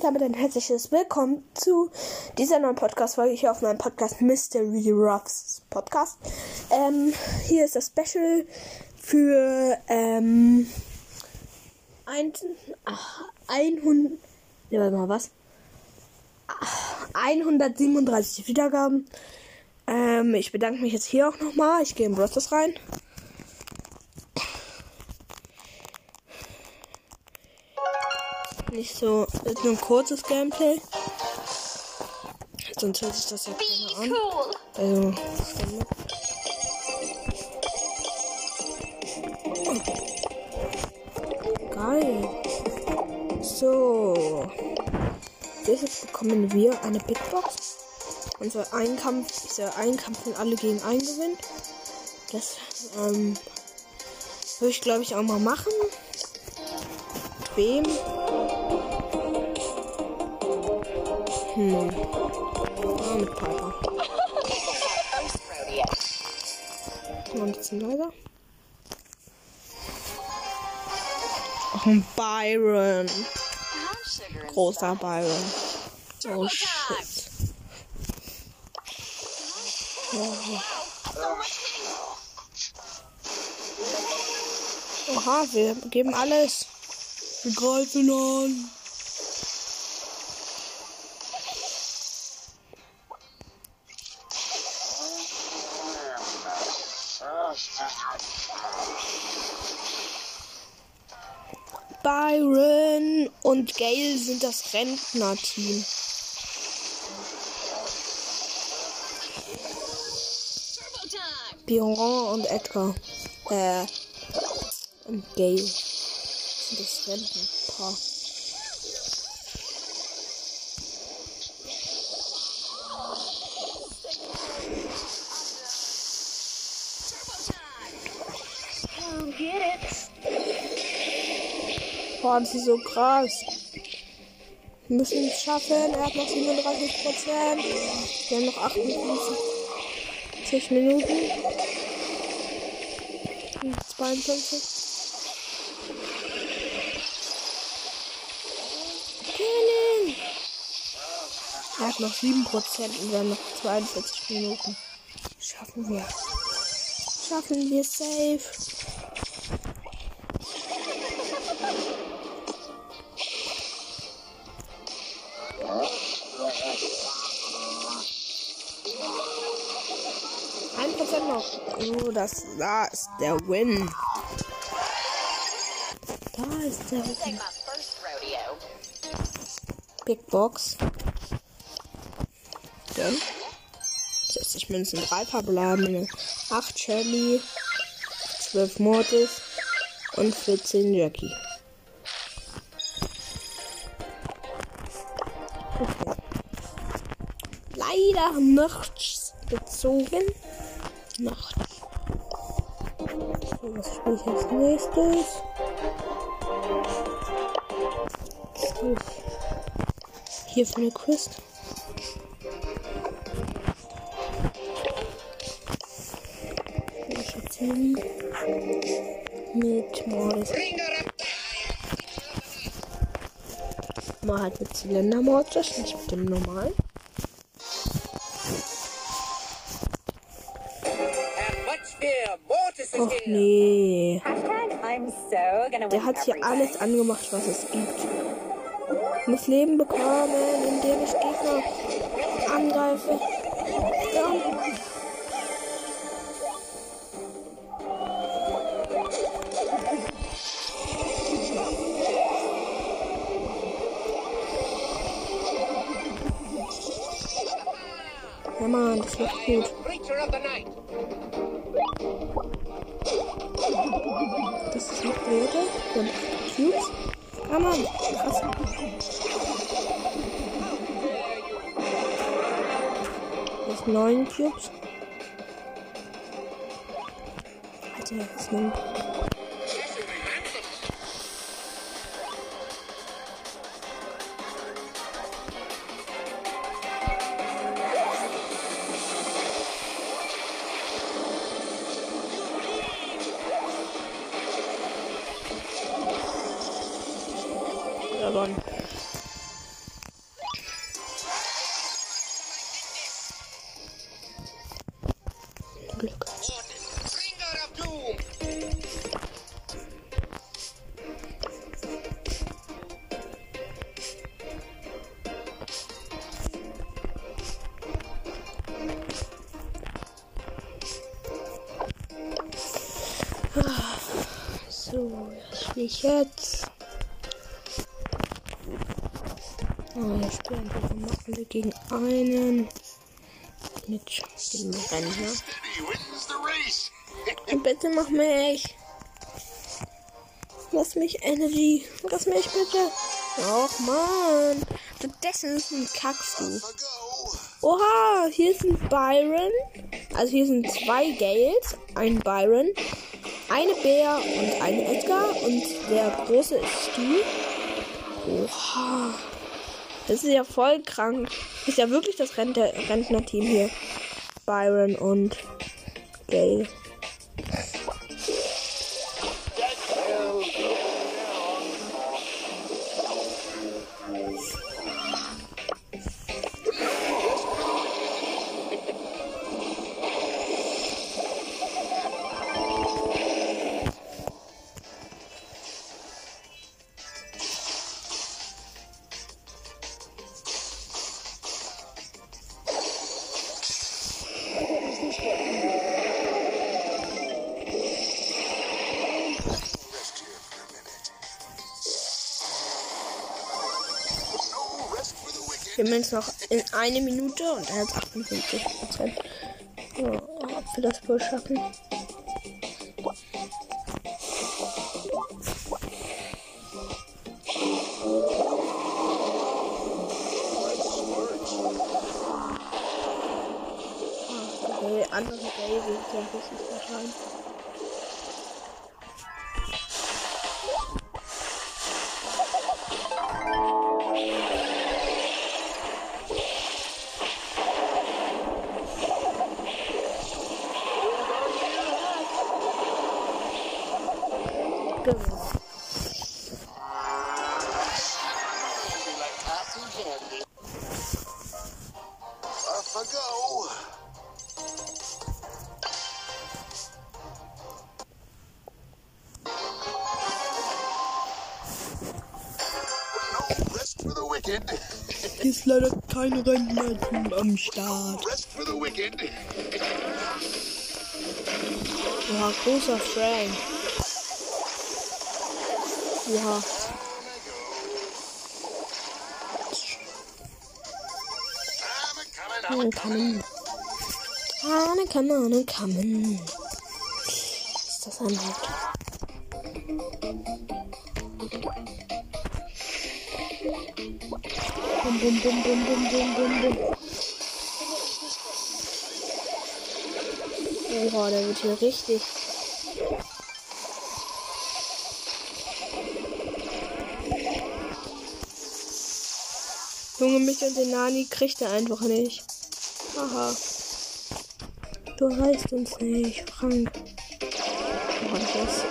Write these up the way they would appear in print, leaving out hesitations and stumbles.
damit ein herzliches Willkommen zu dieser neuen Podcast-Folge hier auf meinem Podcast Mystery Ruffs Podcast. Hier ist das Special für 137 Wiedergaben. Ich bedanke mich jetzt hier auch nochmal. Ich gehe in Brawl Stars rein. Nicht so, ist nur ein kurzes Gameplay. Sonst hört sich das ja keiner an. Also, geil. So. Jetzt bekommen wir eine Big Box. Unser Einkampf, dieser Einkampf, wenn alle gegen einen gewinnt. Das würde ich, glaube ich, auch mal machen. Mit wem? Mit Piper. Noch ein bisschen leiser. Ach, ein Byron. Großer Byron. Oh, shit. Oha, wir geben alles. Wir greifen an. Byron und Gale sind das Rentnerteam. Biron und Edgar. Und Gale sind das Rentnerpaar. Boah, das ist so krass. Wir müssen es schaffen. Er hat noch 37%. Wir haben noch 58 Minuten. 52. Killing. Er hat noch 7% und wir haben noch 42 Minuten. Schaffen wir. Schaffen wir safe. Noch. Oh, da ist der Win. Da ist der Win. Big Box. Dann 60 Münzen, 3 verbleibende, 8 Shelly, 12 Mortis und 14 Jackie. Okay. Leider nichts gezogen. Nacht. So, was spiele ich als nächstes? Hier für eine Quest. Ich jetzt hin mit Mordes. Mal halt mit Zylindermordes, nicht mit dem normalen. Och nee. Der hat hier alles angemacht, was es gibt. Ich muss Leben bekommen, indem ich Gegner angreife. Ja. Ja Mann, das läuft gut. Das ist noch Werte und Cubes. Ah Mann, krass. Das ist 9 Cubes. Alter, das ist 9. gewonnen. Glück. So, das spiele ich jetzt. Oh, ich spiele einfach mal alle gegen einen. Mit dem Rennen, Und bitte mach mich. Lass mich Energy. Lass mich bitte. Och man. Stattdessen kackst du. Oha, hier ist ein Byron. Also hier sind 2 Gales. Ein Byron. Eine Bär und ein Edgar. Und der große ist Stu. Oha. Das ist ja voll krank. Das ist ja wirklich das Rentner-Team hier. Byron und Gale. Wir haben jetzt noch in 1 Minute und er hat 58%. So, ob wir das wohl schaffen? Okay, andere Gay sind ja richtig wahrscheinlich. Hier ist leider kein Rentner-Team am Start. Ja, großer Frank. Ja. Kommen. Ist das ein Wort? Bum, bum, bum, bum, bum, bum, bum, bum. Oha, der wird hier richtig. Junge, mich und den Nani kriegt er einfach nicht. Haha. Du reißt uns nicht, Frank. Oh, das ist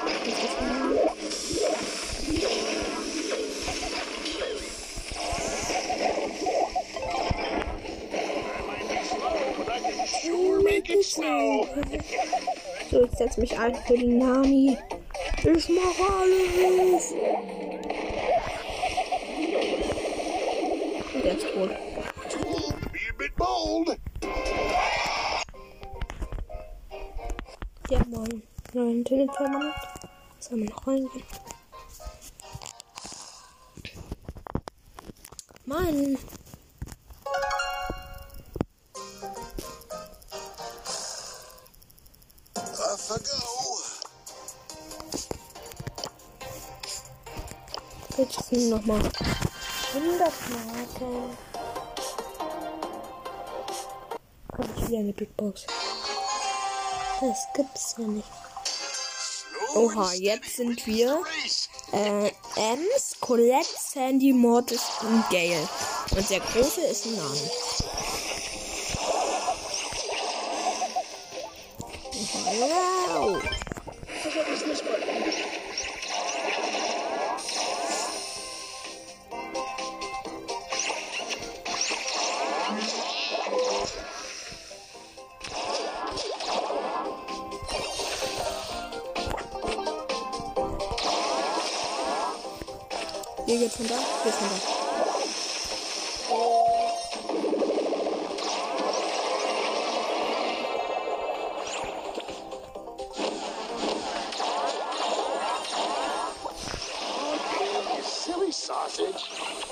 so, jetzt setz mich ein für den Nani. Ich mache alles. Und der ist tot. Ja, moin. Nein, Telefonat. Sollen wir noch reingehen? Mann. Jetzt sind nochmal 100 Marken. Habe ich wieder eine Big Box. Das gibt's ja nicht. Oha, jetzt sind wir Ems, Colette, Sandy, Mortis und Gale. Und der große ist ein Name. Wow. Das hab ich nicht gut. Hier geht's von da. Hier ist von da. Silly sausage.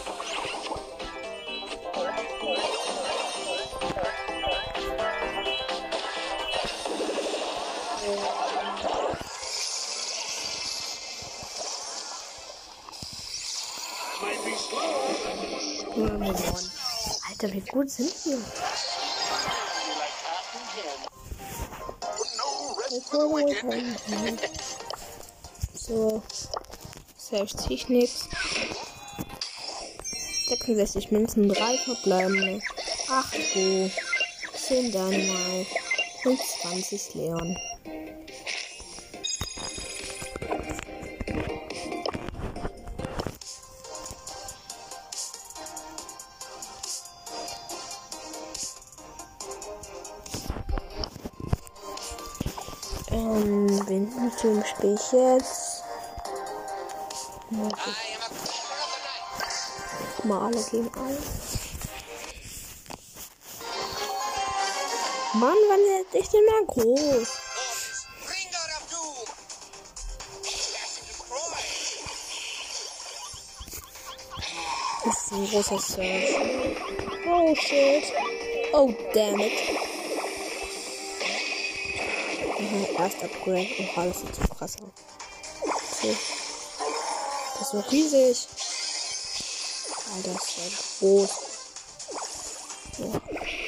Might be slow. Ja, wir wollen. Alter, wie gut sind wir? No rest for the wicked. So. Selbst ziehe ich nichts. 66 Münzen, 3 verbleibende, 8 Go, 10 Dynamite und 20 Leon. Wen zum Spiel ich jetzt? Mal alle gegen alle. Mann, wann hätte ich denn mal groß? Das ist ein großer Search. Oh shit. Oh damn it. Erst Upgrade. Oh, das sieht so krass aus. Okay. Das ist noch riesig. Alter, das ist ja groß. Ja.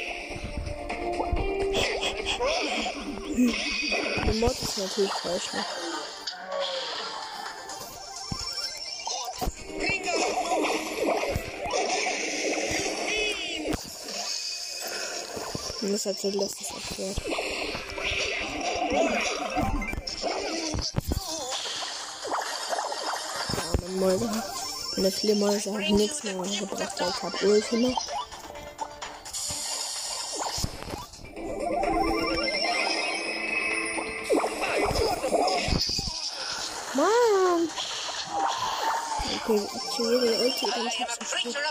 Der Mod ist natürlich falsch, ne? Und das hat so letztes erklärt. Ja, meine Mäuse. Meine Fledermäuse haben nichts mehr gebracht, weil ich hab Ulti noch. Mann! Okay, ich aktiviere die Ulti, dann ist es zu spät.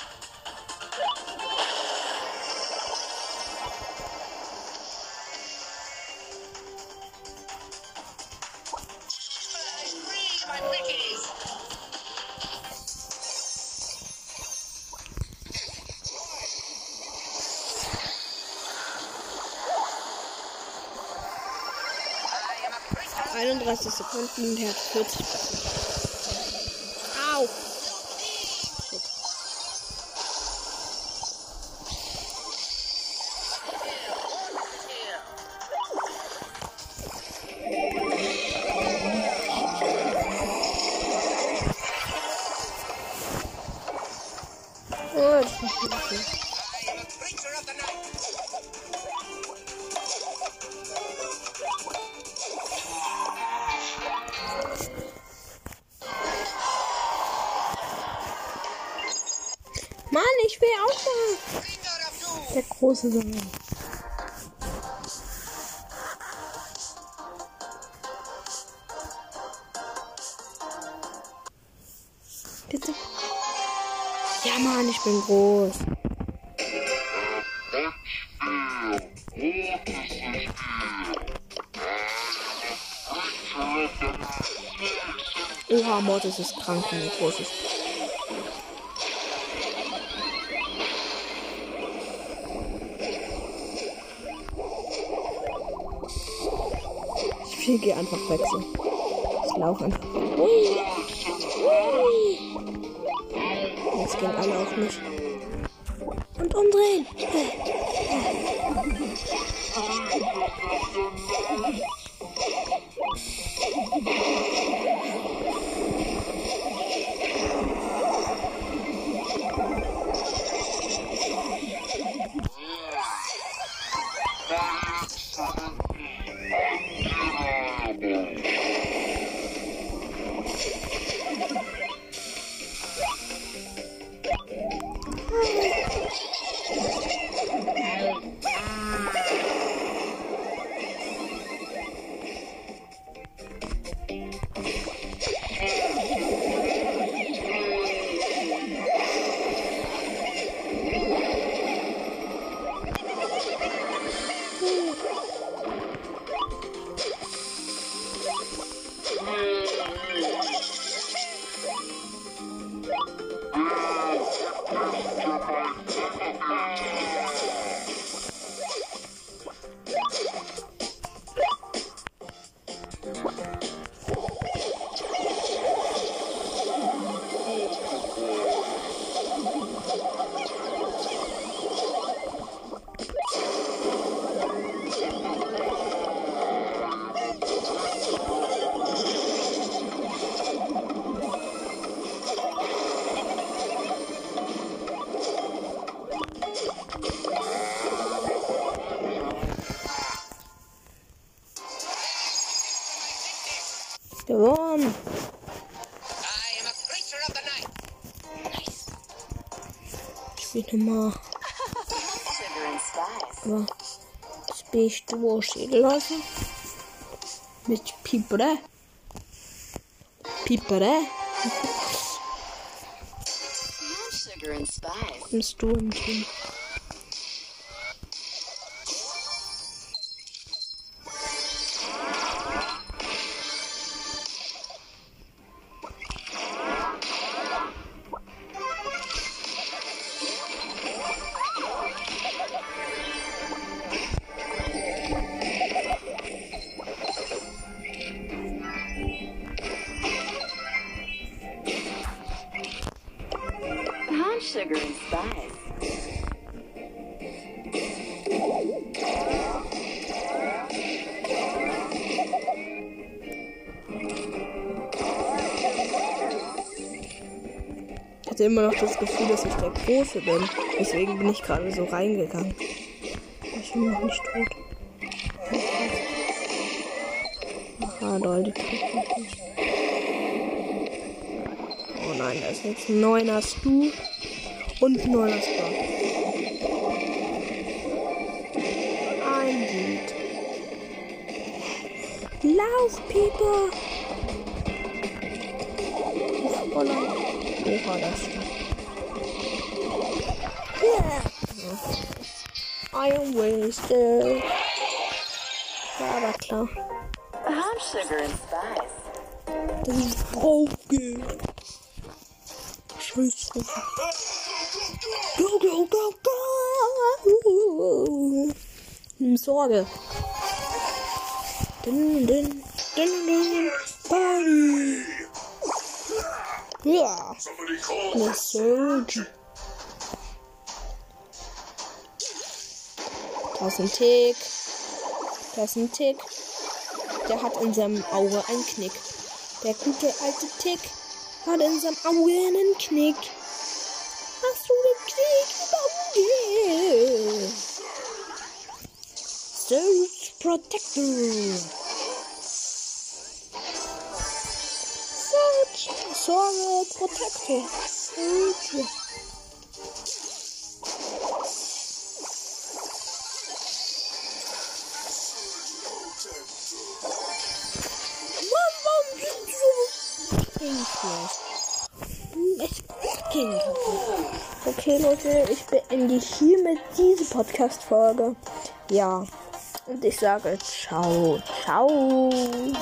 Sekunden und er hat 40%. Au! Shit. Oh, das ist nicht gut. Mann, ich will auch mal der große sein. Bitte. Ja, Mann, ich bin groß. Oha, Mortis ist krank, wenn er groß ist. Ich gehe einfach wechseln. Ich laufe einfach. Ui. Ui. Jetzt gehen alle auf mich. Und umdrehen. gewonnen. Ich will nochmal. Aber das bist du wahrscheinlich lassen. Mit Pipere. Kommst du im Team? Sugar and spice. Ich hatte immer noch das Gefühl, dass ich der Große bin. Deswegen bin ich gerade so reingegangen. Ich bin noch nicht tot. Ah, lol, die trifft mich nicht. Oh nein, da ist jetzt ein 9er Stu und ein 9er Star. Ein Lied. Lauf, Pieper! Oh nein. Wo war das denn? Yeah. I am wasted. Ja, aber klar. Hot sugar and spice. Das ist Frauke. Scheiße. Go, go, go, go. Nimm Sorge. Bye. Ja. Eine Surge. Da ist ein Tick. Da ist ein Tick. Der hat in seinem Auge einen Knick. Der gute alte Tick hat in seinem Auge einen Knick. Hast du den Knick im Auge? Surge Protector. Sorge Protector. Surge. Okay, Leute, ich beende hiermit diese Podcast-Folge. Ja, und ich sage ciao, ciao.